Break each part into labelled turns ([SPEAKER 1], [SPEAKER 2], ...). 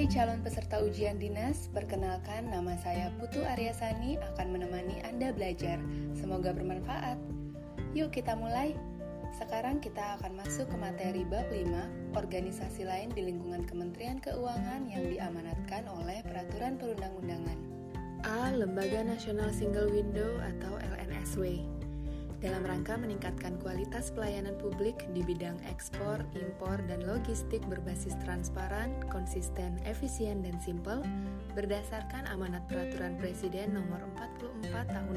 [SPEAKER 1] Hai calon peserta ujian dinas, perkenalkan nama saya Putu Aryasani akan menemani Anda belajar. Semoga bermanfaat. Yuk kita mulai. Sekarang kita akan masuk ke materi bab 5, organisasi lain di lingkungan Kementerian Keuangan yang diamanatkan oleh peraturan perundang-undangan. A. Lembaga Nasional Single Window atau LNSW. Dalam rangka meningkatkan kualitas pelayanan publik di bidang ekspor, impor, dan logistik berbasis transparan, konsisten, efisien, dan simpel, berdasarkan amanat Peraturan Presiden Nomor 44 Tahun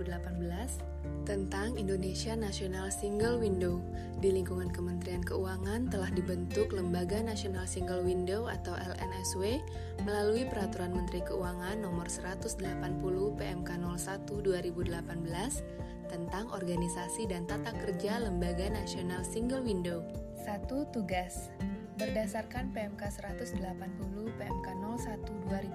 [SPEAKER 1] 2018 tentang Indonesia National Single Window, di lingkungan Kementerian Keuangan telah dibentuk Lembaga Nasional Single Window atau LNSW melalui Peraturan Menteri Keuangan Nomor 180 PMK 01 2018 tentang organisasi dan tata kerja Lembaga Nasional Single Window. 1. Tugas. Berdasarkan PMK 180 PMK 01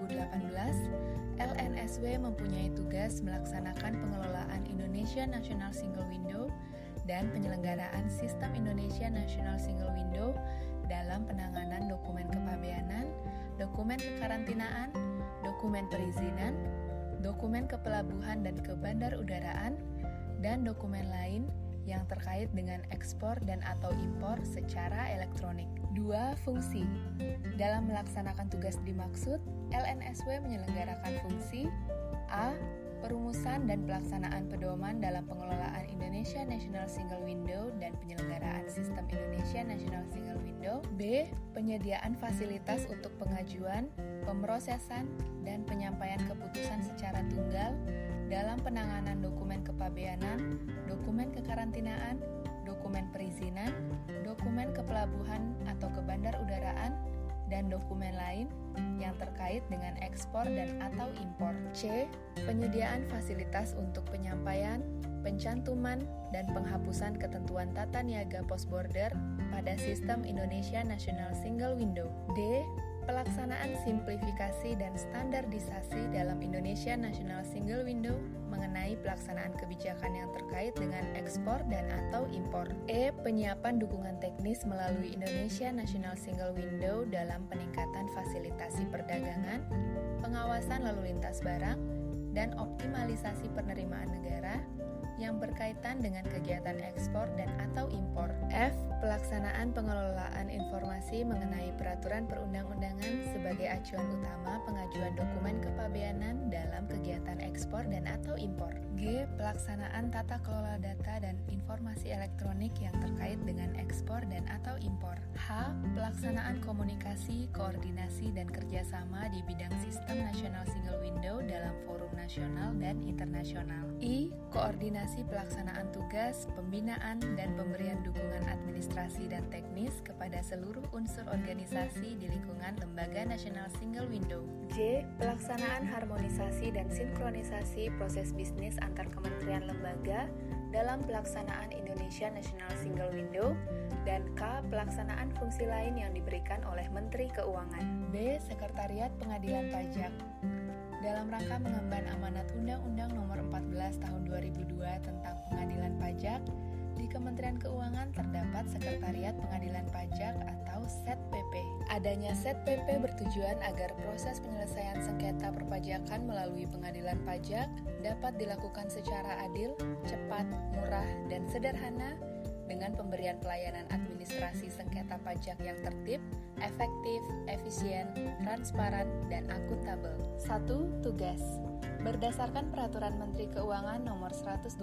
[SPEAKER 1] 2018, LNSW mempunyai tugas melaksanakan pengelolaan Indonesia National Single Window dan penyelenggaraan Sistem Indonesia National Single Window dalam penanganan dokumen kepabeanan, dokumen kekarantinaan, dokumen perizinan, dokumen kepelabuhan dan kebandarudaraan, dan dokumen lain yang terkait dengan ekspor dan atau impor secara elektronik. 2. Fungsi. Dalam melaksanakan tugas dimaksud, LNSW menyelenggarakan fungsi A. Perumusan dan pelaksanaan pedoman dalam pengelolaan Indonesia National Single Window dan penyelenggaraan Sistem Indonesia National Single Window. B. Penyediaan fasilitas untuk pengajuan, pemrosesan, dan penyampaian keputusan secara tunggal dalam penanganan dokumen kepabeanan, dokumen kekarantinaan, dokumen perizinan, dokumen kepelabuhan atau kebandarudaraan, dan dokumen lain yang terkait dengan ekspor dan atau impor. C. Penyediaan fasilitas untuk penyampaian, pencantuman, dan penghapusan ketentuan tata niaga post border pada sistem Indonesia National Single Window. D. Pelaksanaan simplifikasi dan standarisasi dalam Indonesia National Single Window mengenai pelaksanaan kebijakan yang terkait dengan ekspor dan atau impor. E. Penyiapan dukungan teknis melalui Indonesia National Single Window dalam peningkatan fasilitasi perdagangan, pengawasan lalu lintas barang, dan optimalisasi penerimaan negara yang berkaitan dengan kegiatan ekspor dan atau impor. F. Pelaksanaan pengelolaan informasi mengenai peraturan perundang-undangan sebagai acuan utama pengajuan dokumen kepabeanan dalam kegiatan ekspor dan atau impor. G. Pelaksanaan tata kelola data dan informasi elektronik yang terkait dengan ekspor dan atau impor. H. Pelaksanaan komunikasi, koordinasi, dan kerjasama di bidang sistem nasional single window dalam forum nasional dan internasional. I. Koordinasi pelaksanaan tugas, pembinaan, dan pemberian dukungan administrasi dan teknis kepada seluruh unsur organisasi di lingkungan Lembaga Nasional Single Window. J. Pelaksanaan harmonisasi dan sinkronisasi proses bisnis antar kementerian lembaga dalam pelaksanaan Indonesia National Single Window. Dan K. Pelaksanaan fungsi lain yang diberikan oleh Menteri Keuangan. B. Sekretariat Pengadilan Pajak. Dalam rangka mengemban amanat Undang-Undang Nomor 14 Tahun 2002 tentang Pengadilan Pajak, di Kementerian Keuangan terdapat Sekretariat Pengadilan Pajak atau SET-PP. Adanya SET-PP bertujuan agar proses penyelesaian sengketa perpajakan melalui pengadilan pajak dapat dilakukan secara adil, cepat, murah, dan sederhana dengan pemberian pelayanan administrasi sengketa pajak yang tertib, efektif, efisien, transparan, dan akuntabel. 1. Tugas. Berdasarkan Peraturan Menteri Keuangan Nomor 122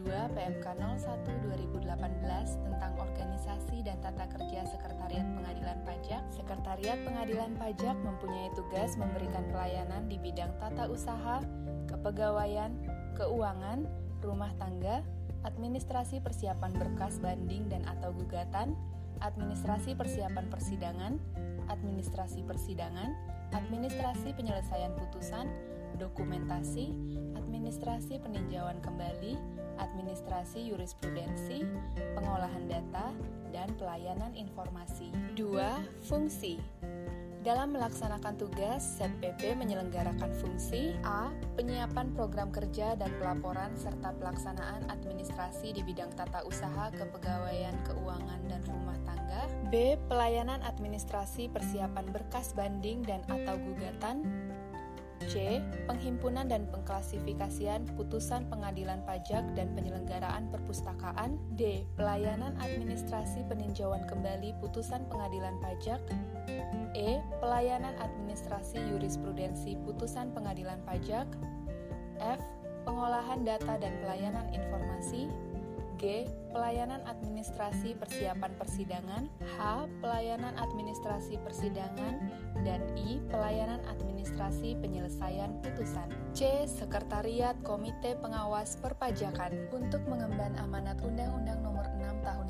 [SPEAKER 1] PMK 01 2018 tentang organisasi dan tata kerja Sekretariat Pengadilan Pajak, Sekretariat Pengadilan Pajak mempunyai tugas memberikan pelayanan di bidang tata usaha, kepegawaian, keuangan, rumah tangga, administrasi persiapan berkas banding dan atau gugatan, administrasi persiapan persidangan, administrasi persidangan, administrasi penyelesaian putusan, dokumentasi, administrasi peninjauan kembali, administrasi jurisprudensi, pengolahan data, dan pelayanan informasi. 2. Fungsi. Dalam melaksanakan tugas, SetPP menyelenggarakan fungsi A. Penyiapan program kerja dan pelaporan serta pelaksanaan administrasi di bidang tata usaha, kepegawaian, keuangan, dan rumah tangga. B. Pelayanan administrasi persiapan berkas banding dan atau gugatan. C. Penghimpunan dan pengklasifikasian putusan pengadilan pajak dan penyelenggaraan perpustakaan. D. Pelayanan administrasi peninjauan kembali putusan pengadilan pajak. E. Pelayanan administrasi jurisprudensi putusan pengadilan pajak. F. Pengolahan data dan pelayanan informasi. G. Pelayanan administrasi persiapan persidangan. H. Pelayanan administrasi persidangan. Dan I. Pelayanan administrasi penyelesaian putusan. C. Sekretariat Komite Pengawas Perpajakan. Untuk mengemban amanat Undang-Undang Nomor 6 Tahun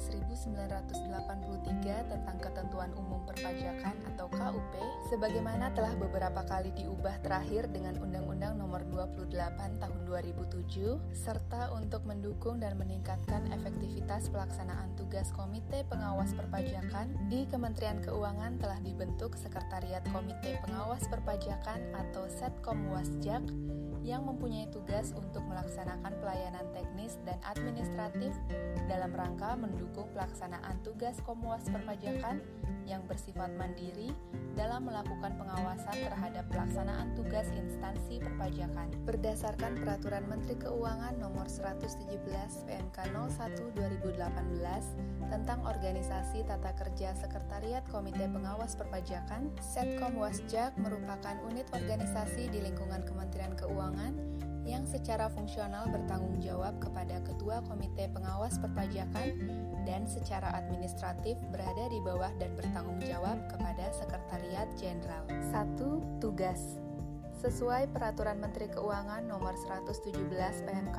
[SPEAKER 1] 1983 tentang Ketentuan Umum Perpajakan atau KUP, sebagaimana telah beberapa kali diubah terakhir dengan Undang-Undang Nomor 28 Tahun 2007, serta untuk mendukung dan meningkatkan efektivitas pelaksanaan tugas Komite Pengawas Perpajakan, di Kementerian Keuangan telah dibentuk Sekretariat Komite Pengawas Perpajakan atau Setkomwasjak yang mempunyai tugas untuk melaksanakan pelayanan teknis dan administratif dalam rangka mendukung pelaksanaan tugas Komwas Perpajakan yang bersifat mandiri dalam melakukan pengawasan terhadap pelaksanaan tugas instansi perpajakan. Berdasarkan Peraturan Menteri Keuangan Nomor 117 PMK 01/2018 tentang organisasi tata kerja Sekretariat Komite Pengawas Perpajakan, Setkomwasjak merupakan unit organisasi di lingkungan Kementerian Keuangan yang secara fungsional bertanggung jawab kepada Ketua Komite Pengawas Perpajakan dan secara administratif berada di bawah dan bertanggung jawab kepada Sekretariat Jenderal. 1. Tugas. Sesuai Peraturan Menteri Keuangan Nomor 117 PMK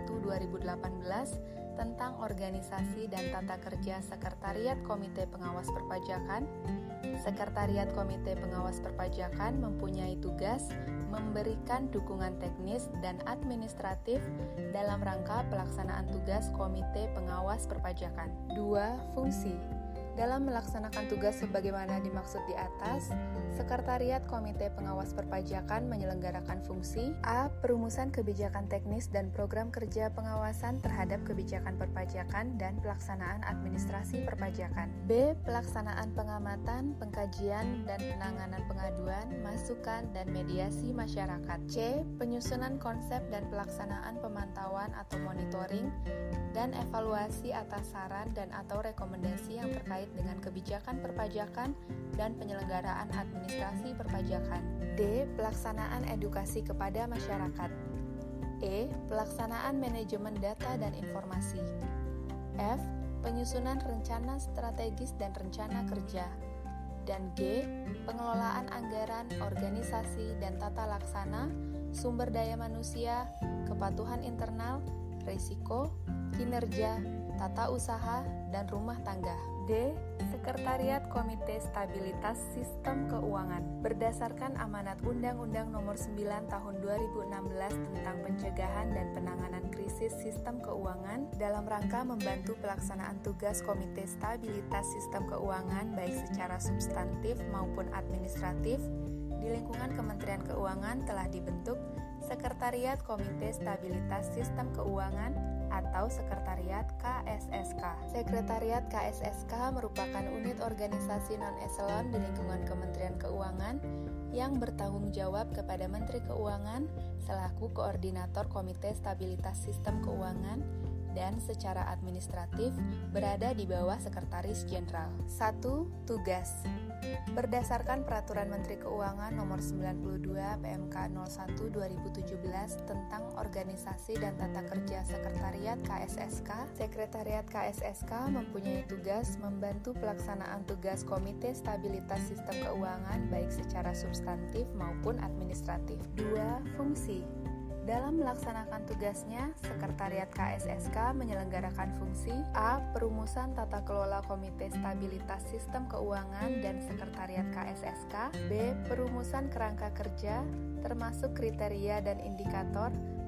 [SPEAKER 1] 01/2018 tentang organisasi dan tata kerja Sekretariat Komite Pengawas Perpajakan, Sekretariat Komite Pengawas Perpajakan mempunyai tugas memberikan dukungan teknis dan administratif dalam rangka pelaksanaan tugas Komite Pengawas Perpajakan. 2. Fungsi. Dalam melaksanakan tugas sebagaimana dimaksud di atas, Sekretariat Komite Pengawas Perpajakan menyelenggarakan fungsi A. Perumusan kebijakan teknis dan program kerja pengawasan terhadap kebijakan perpajakan dan pelaksanaan administrasi perpajakan. B. Pelaksanaan pengamatan, pengkajian, dan penanganan pengaduan, masukan, dan mediasi masyarakat. C. Penyusunan konsep dan pelaksanaan pemantauan atau monitoring dan evaluasi atas saran dan atau rekomendasi yang terkait dengan kebijakan perpajakan dan penyelenggaraan administrasi perpajakan. D. Pelaksanaan edukasi kepada masyarakat. E. Pelaksanaan manajemen data dan informasi. F. Penyusunan rencana strategis dan rencana kerja. Dan G. Pengelolaan anggaran, organisasi, dan tata laksana, sumber daya manusia, kepatuhan internal, risiko, kinerja, tata usaha, dan rumah tangga. D. Sekretariat Komite Stabilitas Sistem Keuangan. Berdasarkan amanat Undang-Undang Nomor 9 Tahun 2016 tentang pencegahan dan penanganan krisis sistem keuangan dalam rangka membantu pelaksanaan tugas Komite Stabilitas Sistem Keuangan baik secara substantif maupun administratif, di lingkungan Kementerian Keuangan telah dibentuk Sekretariat Komite Stabilitas Sistem Keuangan atau Sekretariat KSSK. Sekretariat KSSK merupakan unit organisasi non-eselon di lingkungan Kementerian Keuangan yang bertanggung jawab kepada Menteri Keuangan selaku koordinator Komite Stabilitas Sistem Keuangan dan secara administratif berada di bawah Sekretaris Jenderal. 1. Tugas. Berdasarkan Peraturan Menteri Keuangan Nomor 92 PMK 01/2017 tentang organisasi dan tata kerja Sekretariat KSSK, Sekretariat KSSK mempunyai tugas membantu pelaksanaan tugas Komite Stabilitas Sistem Keuangan baik secara substantif maupun administratif. 2. Fungsi. Dalam melaksanakan tugasnya, Sekretariat KSSK menyelenggarakan fungsi A. Perumusan tata kelola Komite Stabilitas Sistem Keuangan dan Sekretariat KSSK. B. Perumusan kerangka kerja, termasuk kriteria dan indikator,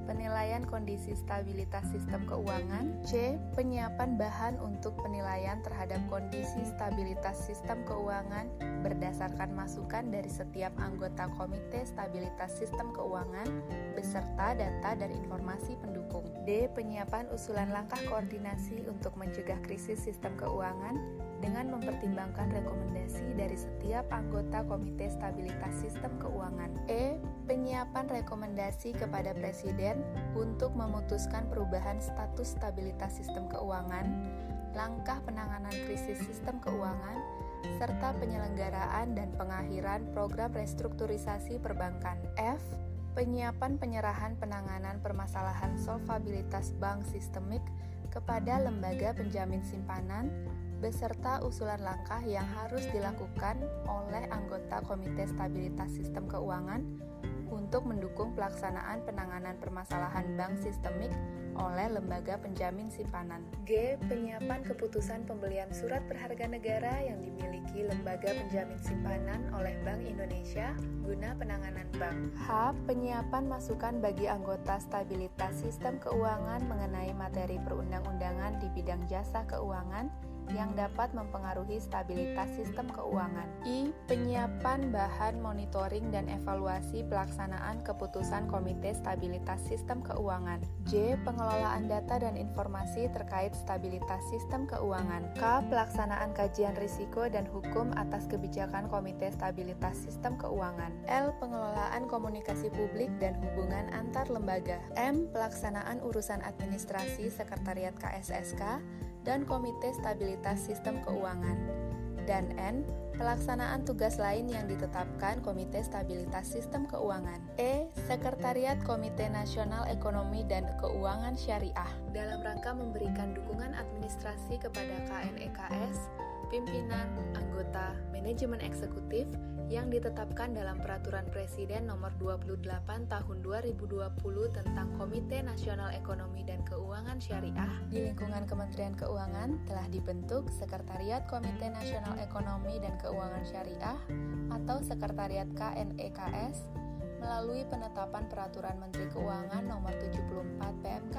[SPEAKER 1] penilaian kondisi stabilitas sistem keuangan. C. Penyiapan bahan untuk penilaian terhadap kondisi stabilitas sistem keuangan berdasarkan masukan dari setiap anggota Komite Stabilitas Sistem Keuangan beserta data dan informasi pendukung. D. Penyiapan usulan langkah koordinasi untuk mencegah krisis sistem keuangan dengan mempertimbangkan rekomendasi dari setiap anggota Komite Stabilitas Sistem Keuangan. E. Penyiapan rekomendasi kepada Presiden untuk memutuskan perubahan status stabilitas sistem keuangan, langkah penanganan krisis sistem keuangan, serta penyelenggaraan dan pengakhiran program restrukturisasi perbankan. F. Penyiapan penyerahan penanganan permasalahan solvabilitas bank sistemik kepada lembaga penjamin simpanan beserta usulan langkah yang harus dilakukan oleh anggota Komite Stabilitas Sistem Keuangan untuk mendukung pelaksanaan penanganan permasalahan bank sistemik oleh lembaga penjamin simpanan. G. Penyiapan keputusan pembelian surat berharga negara yang dimiliki lembaga penjamin simpanan oleh Bank Indonesia guna penanganan bank. H. Penyiapan masukan bagi anggota stabilitas sistem keuangan mengenai materi perundang-undangan di bidang jasa keuangan yang dapat mempengaruhi stabilitas sistem keuangan. I. Penyiapan bahan monitoring dan evaluasi pelaksanaan keputusan Komite Stabilitas Sistem Keuangan. J. Pengelolaan data dan informasi terkait stabilitas sistem keuangan. K. Pelaksanaan kajian risiko dan hukum atas kebijakan Komite Stabilitas Sistem Keuangan. L. Pengelolaan komunikasi publik dan hubungan antar lembaga. M. Pelaksanaan urusan administrasi Sekretariat KSSK dan Komite Stabilitas Sistem Keuangan. Dan N. Pelaksanaan tugas lain yang ditetapkan Komite Stabilitas Sistem Keuangan. E. Sekretariat Komite Nasional Ekonomi dan Keuangan Syariah dalam rangka memberikan dukungan administrasi kepada KNEKS, pimpinan, anggota, manajemen eksekutif yang ditetapkan dalam Peraturan Presiden Nomor 28 Tahun 2020 tentang Komite Nasional Ekonomi dan Keuangan Syariah. Di lingkungan Kementerian Keuangan telah dibentuk Sekretariat Komite Nasional Ekonomi dan Keuangan Syariah atau Sekretariat KNEKS melalui penetapan Peraturan Menteri Keuangan Nomor 74 PMK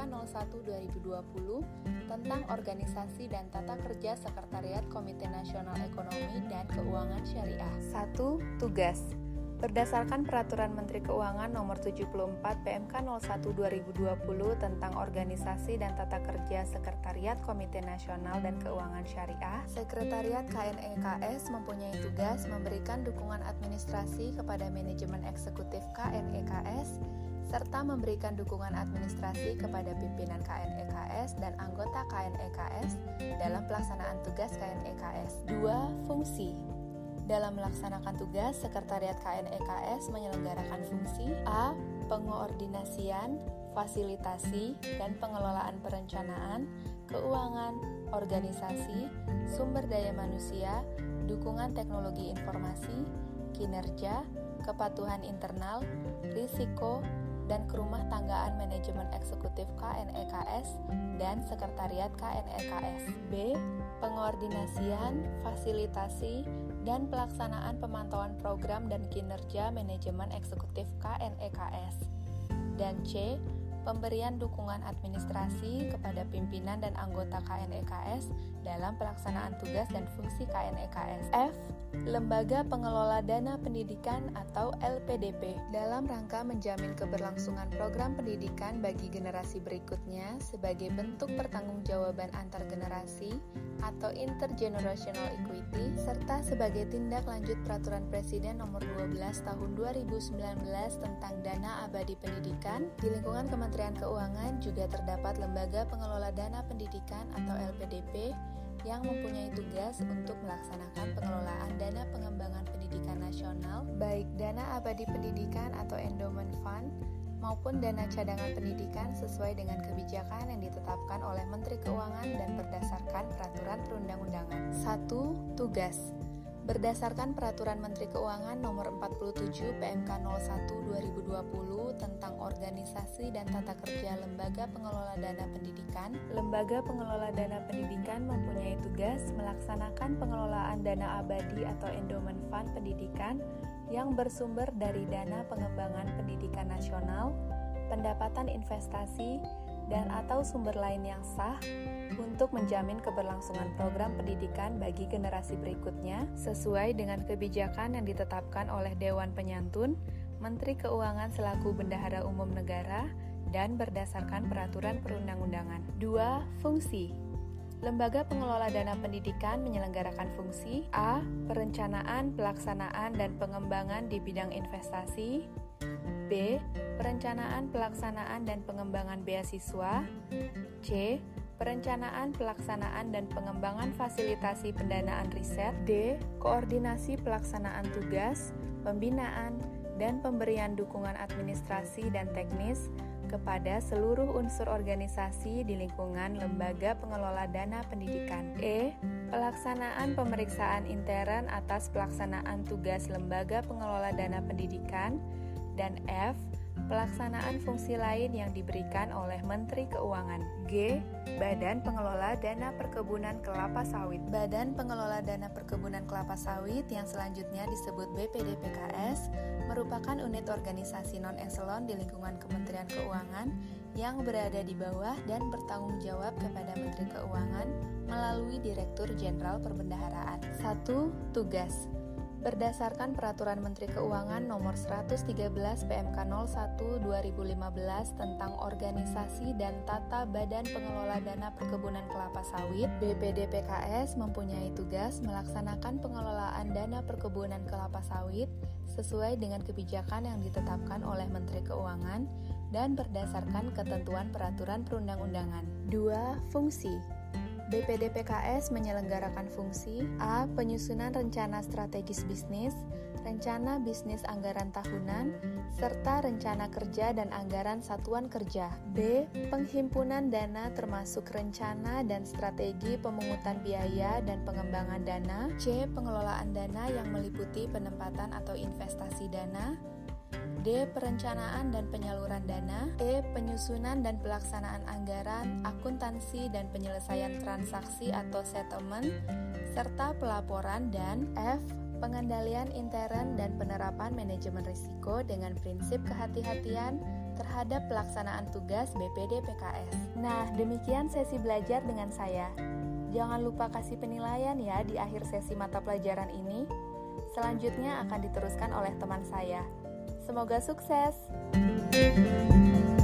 [SPEAKER 1] 01 2020 tentang organisasi dan tata kerja Sekretariat Komite Nasional Ekonomi dan Keuangan Syariah. 1. Tugas. Berdasarkan Peraturan Menteri Keuangan Nomor 74 PMK 01 2020 tentang organisasi dan tata kerja Sekretariat Komite Nasional dan Keuangan Syariah, Sekretariat KNEKS mempunyai tugas memberikan dukungan administrasi kepada manajemen eksekutif KNEKS serta memberikan dukungan administrasi kepada pimpinan KNEKS dan anggota KNEKS dalam pelaksanaan tugas KNEKS. 2. Fungsi. Dalam melaksanakan tugas, Sekretariat KNEKS menyelenggarakan fungsi A. Pengoordinasian, fasilitasi, dan pengelolaan perencanaan, keuangan, organisasi, sumber daya manusia, dukungan teknologi informasi, kinerja, kepatuhan internal, risiko, dan kerumah tanggaan manajemen eksekutif KNEKS dan Sekretariat KNEKS. B. Pengoordinasian, fasilitasi, dan pelaksanaan pemantauan program dan kinerja manajemen eksekutif KNEKS. Dan C. Pemberian dukungan administrasi kepada pimpinan dan anggota KNEKS dalam pelaksanaan tugas dan fungsi KNEKS. F. Lembaga Pengelola Dana Pendidikan atau LPDP dalam rangka menjamin keberlangsungan program pendidikan bagi generasi berikutnya sebagai bentuk pertanggungjawaban antar generasi atau intergenerational equity serta sebagai tindak lanjut Peraturan Presiden Nomor 12 Tahun 2019 tentang Dana Abadi Pendidikan. Di lingkungan Kementerian Keuangan juga terdapat Lembaga Pengelola Dana Pendidikan atau LPDP yang mempunyai tugas untuk melaksanakan pengelolaan dana pengembangan pendidikan nasional, baik dana abadi pendidikan atau endowment fund, maupun dana cadangan pendidikan sesuai dengan kebijakan yang ditetapkan oleh Menteri Keuangan dan berdasarkan peraturan perundang-undangan. 1. Tugas. Berdasarkan Peraturan Menteri Keuangan Nomor 47 PMK 01 2020 tentang organisasi dan tata kerja Lembaga Pengelola Dana Pendidikan, Lembaga Pengelola Dana Pendidikan mempunyai tugas melaksanakan pengelolaan dana abadi atau endowment fund pendidikan yang bersumber dari dana pengembangan pendidikan nasional, pendapatan investasi, dan atau sumber lain yang sah untuk menjamin keberlangsungan program pendidikan bagi generasi berikutnya sesuai dengan kebijakan yang ditetapkan oleh Dewan Penyantun, Menteri Keuangan selaku Bendahara Umum Negara, dan berdasarkan peraturan perundang-undangan. 2. Fungsi. Lembaga pengelola dana pendidikan menyelenggarakan fungsi A. Perencanaan, pelaksanaan, dan pengembangan di bidang investasi. B. Perencanaan, pelaksanaan, dan pengembangan beasiswa. C. Perencanaan, pelaksanaan, dan pengembangan fasilitasi pendanaan riset. D. Koordinasi pelaksanaan tugas, pembinaan, dan pemberian dukungan administrasi dan teknis kepada seluruh unsur organisasi di lingkungan lembaga pengelola dana pendidikan. E. Pelaksanaan pemeriksaan intern atas pelaksanaan tugas lembaga pengelola dana pendidikan. Dan F. Pelaksanaan fungsi lain yang diberikan oleh Menteri Keuangan. G. Badan Pengelola Dana Perkebunan Kelapa Sawit. Badan Pengelola Dana Perkebunan Kelapa Sawit yang selanjutnya disebut BPDPKS merupakan unit organisasi non-eselon di lingkungan Kementerian Keuangan yang berada di bawah dan bertanggung jawab kepada Menteri Keuangan melalui Direktur Jenderal Perbendaharaan. 1. Tugas. Berdasarkan Peraturan Menteri Keuangan Nomor 113 PMK 01/2015 tentang organisasi dan tata Badan Pengelola Dana Perkebunan Kelapa Sawit, BPDPKS mempunyai tugas melaksanakan pengelolaan dana perkebunan kelapa sawit sesuai dengan kebijakan yang ditetapkan oleh Menteri Keuangan dan berdasarkan ketentuan peraturan perundang-undangan. 2. Fungsi. BPDPKS menyelenggarakan fungsi A. Penyusunan rencana strategis bisnis, rencana bisnis anggaran tahunan, serta rencana kerja dan anggaran satuan kerja. B. Penghimpunan dana termasuk rencana dan strategi pemungutan biaya dan pengembangan dana. C. Pengelolaan dana yang meliputi penempatan atau investasi dana. D. Perencanaan dan penyaluran dana. E. Penyusunan dan pelaksanaan anggaran, akuntansi dan penyelesaian transaksi atau settlement, serta pelaporan. Dan F. Pengendalian intern dan penerapan manajemen risiko dengan prinsip kehati-hatian terhadap pelaksanaan tugas BPDPKS. Nah, demikian sesi belajar dengan saya. Jangan lupa kasih penilaian ya di akhir sesi mata pelajaran ini. Selanjutnya akan diteruskan oleh teman saya. Semoga sukses!